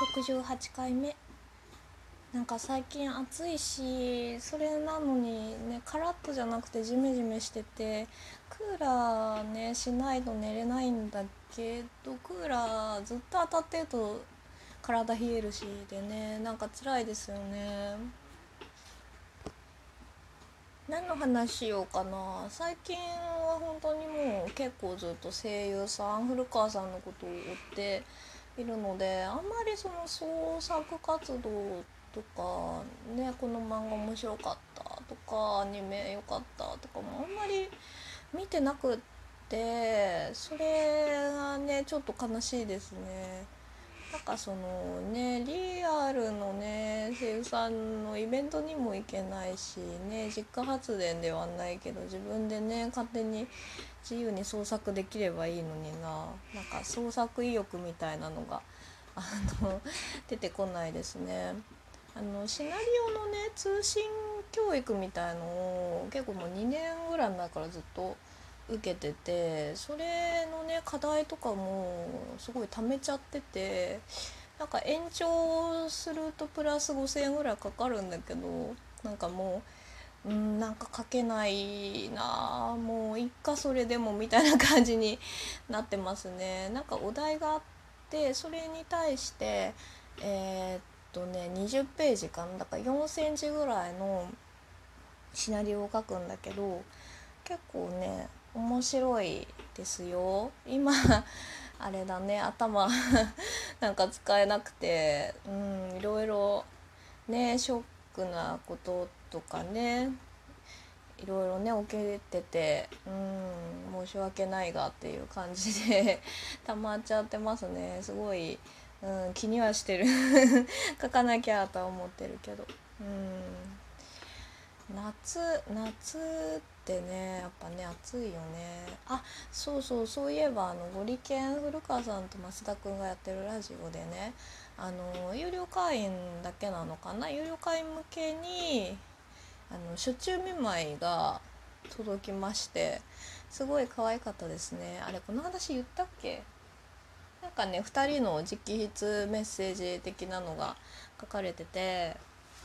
68回目。なんか最近暑いし、それなのにね、カラッとじゃなくてジメジメしてて、クーラーねしないと寝れないんだけど、クーラーずっと当たってると体冷えるしでね、なんか辛いですよね。何の話しようかな。最近は本当にもう結構ずっと声優さん、古川さんのことを追っているので、あんまりその創作活動とかね、この漫画面白かったとかアニメ良かったとかもあんまり見てなくって、それがねちょっと悲しいですね。なんかそのね、リアルのね声優さんのイベントにも行けないしね、実家発電ではないけど自分でね勝手に自由に創作できればいいのにな。なんか創作意欲みたいなのがあ出てこないですね。シナリオのね通信教育みたいのを結構もう2年ぐらい前からずっと受けてて、それのね課題とかもすごい貯めちゃってて、なんか延長するとプラス5,000円ぐらいかかるんだけど、なんかもうなんか書けないな、もういっかそれでもみたいな感じになってますね。なんかお題があって、それに対して20ページかな、だから4センチぐらいのシナリオを書くんだけど、結構ね面白いですよ今。あれだね、頭なんか使えなくて、いろいろねショックなこととかね、いろいろね起きてて、申し訳ないがっていう感じで溜まっちゃってますね。すごい、気にはしてる書かなきゃとは思ってるけど、夏ってねやっぱね暑いよね。あ、そういえばゴリケン古川さんと増田くんがやってるラジオでね、有料会員だけなのかな、有料会員向けに暑中見舞いが届きまして、すごい可愛かったですね。あれこの話言ったっけ。なんかね2人の直筆メッセージ的なのが書かれてて、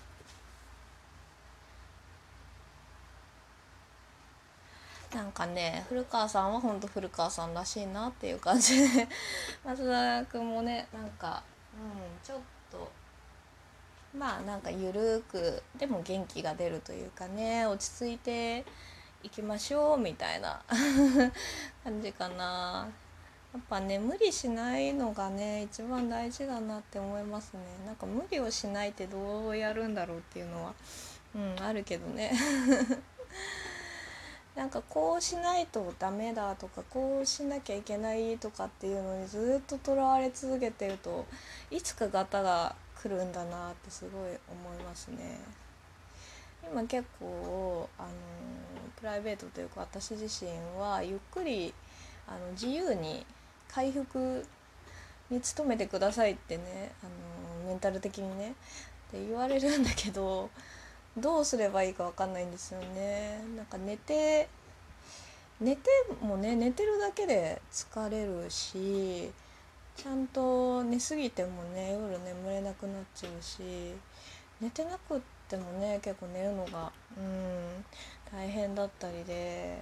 なんかね古川さんはほんと古川さんらしいなっていう感じで松田君もねなんか、ちょっとまあなんかゆるくでも元気が出るというかね、落ち着いていきましょうみたいな感じかな。やっぱね無理しないのがね一番大事だなって思いますね。なんか無理をしないってどうやるんだろうっていうのはあるけどねなんかこうしないとダメだとか、こうしなきゃいけないとかっていうのにずっととらわれ続けてると、いつかガタが来るんだなってすごい思いますね。今結構プライベートというか私自身はゆっくり自由に回復に努めてくださいってね、メンタル的にねって言われるんだけど、どうすればいいか分かんないんですよね。なんか寝てもね、寝てるだけで疲れるし、ちゃんと寝すぎてもね夜眠れなくなっちゃうし、寝てなくってもね結構寝るのが大変だったりで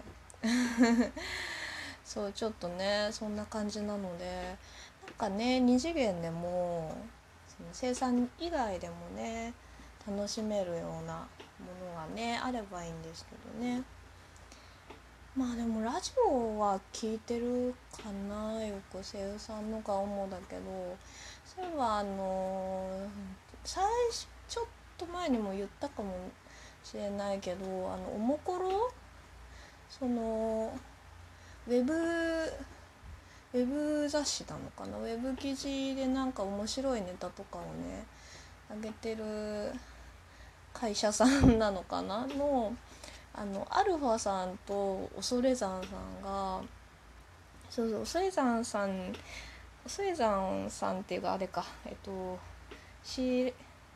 そうちょっとねそんな感じなので、なんかね二次元でもその生産以外でもね楽しめるようなものがねあればいいんですけどね。まあでもラジオは聞いてるかな、よく声優さんのが主だけど、そういえば最初ちょっと前にも言ったかもしれないけど、おもころ、そのウェブウェブ雑誌なのかな、ウェブ記事でなんか面白いネタとかをね上げてる会社さんなのかなのアルファさんと恐山さんが、そう恐山さんっていうかあれか、し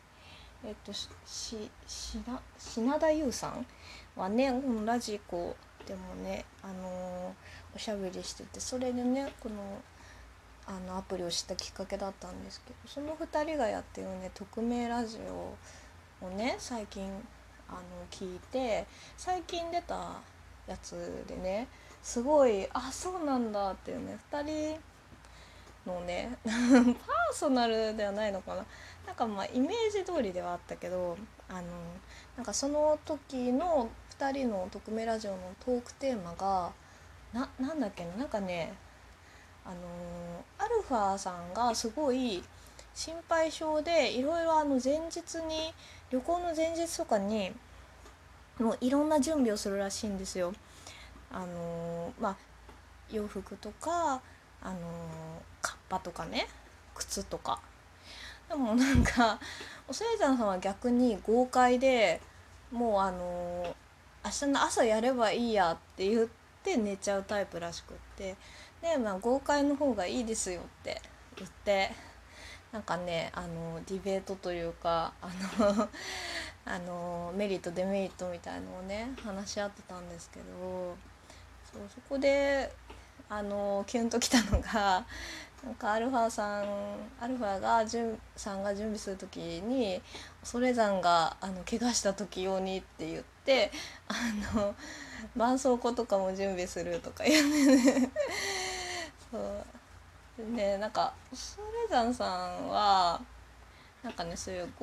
品田優さんはね、このラジコでもねおしゃべりしてて、それでねこのアプリを知ったきっかけだったんですけど、その2人がやってるね匿名ラジオをね最近聞いて、最近出たやつでねすごいそうなんだっていうね、2人のねパーソナルではないのかな、なんかまあイメージ通りではあったけど、なんかその時の2人の匿名ラジオのトークテーマがなんだっけな、なんかねアルファさんがすごい心配性で、いろいろ前日に、旅行の前日とかにもういろんな準備をするらしいんですよ。まあ洋服とかカッパとかね、靴とか。でもなんかおせいちゃんさんは逆に豪快で、もう明日の朝やればいいやって言って寝ちゃうタイプらしくって、で、まあ、豪快の方がいいですよって言って、なんかねディベートというかメリットデメリットみたいのをね話し合ってたんですけど、そこでキュンときたのが、なんかアルファがさんが準備する時に、恐山が怪我した時用にって言って、絆創膏とかも準備するとか言ってねそうでね、なんか恐山さんはなんかね、そういう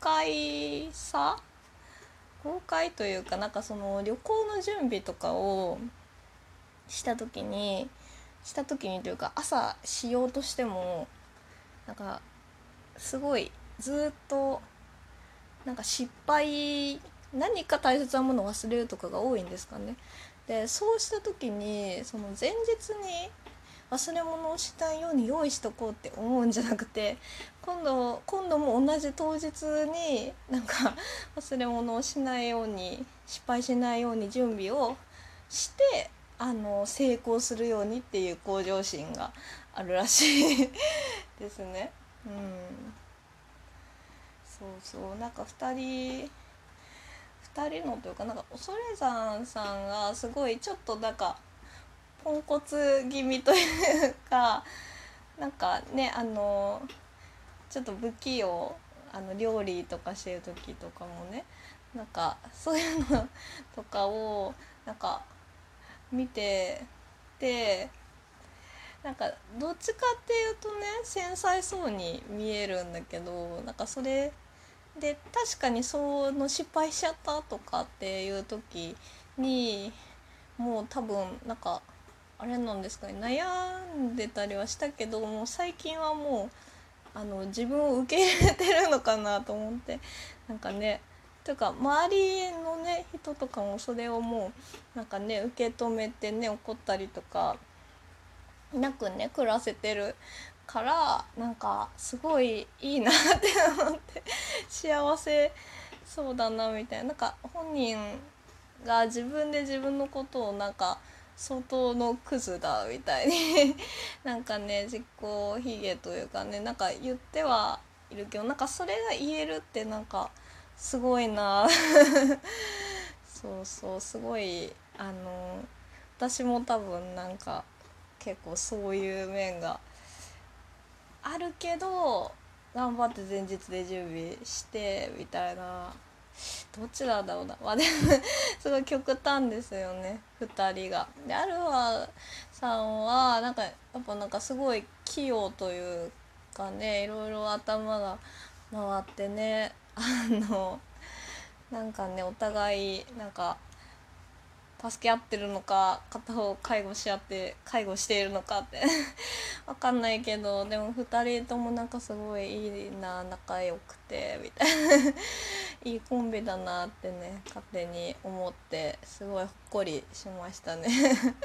豪快というか、なんかその旅行の準備とかをした時にというか、朝しようとしてもなんかすごいずっとなんか何か大切なものを忘れるとかが多いんですかね。でそうした時に、その前日に忘れ物をしないように用意しとこうって思うんじゃなくて、今度も同じ当日になんか忘れ物をしないように、失敗しないように準備をして成功するようにっていう向上心があるらしいですね。そうそう、なんか2人のというか、なんか恐山さんがすごいちょっとなんかポンコツ気味というか、なんかねちょっと不器用、料理とかしてる時とかもね、なんかそういうのとかをなんか見てて、なんかどっちかっていうとね繊細そうに見えるんだけど、なんかそれで確かにその失敗しちゃったとかっていう時にもう多分なんかあれなんですかね、悩んでたりはしたけど、もう最近はもう自分を受け入れてるのかなと思って、なんかね、というか周りのね人とかもそれをもうなんかね受け止めてね、怒ったりとかなくね暮らせてるから、なんかすごいいいなって思って幸せそうだなみたいな、なんか本人が自分で自分のことをなんか相当のクズだみたいになんかね自己卑下というかね、なんか言ってはいるけど、なんかそれが言えるってなんかすごいなそうそう、すごい私も多分なんか結構そういう面があるけど、頑張って前日で準備してみたいな、どっちなんだろうな、まあでもすごい極端ですよね2人が。でアルファさんはなんかやっぱなんかすごい器用というかね、いろいろ頭が回ってね、なんかねお互いなんか助け合ってるのか、片方介護しているのかってわかんないけど、でも2人ともなんかすごいいいな、仲良くてみたいないいコンビだなってね勝手に思って、すごいほっこりしましたね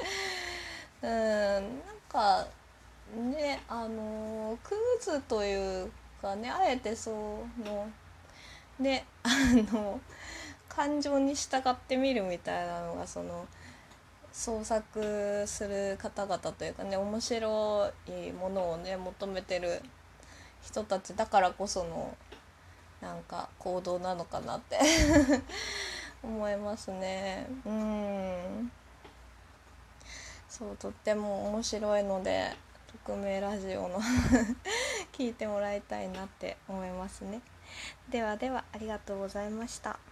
なんかねクズというかね、あえてそのね感情に従ってみるみたいなのが、その創作する方々というかね、面白いものをね求めてる人たちだからこそのなんか行動なのかなって思いますね。そう、とっても面白いので、 革命ラジオの聞いてもらいたいなって思いますね。ではではありがとうございました。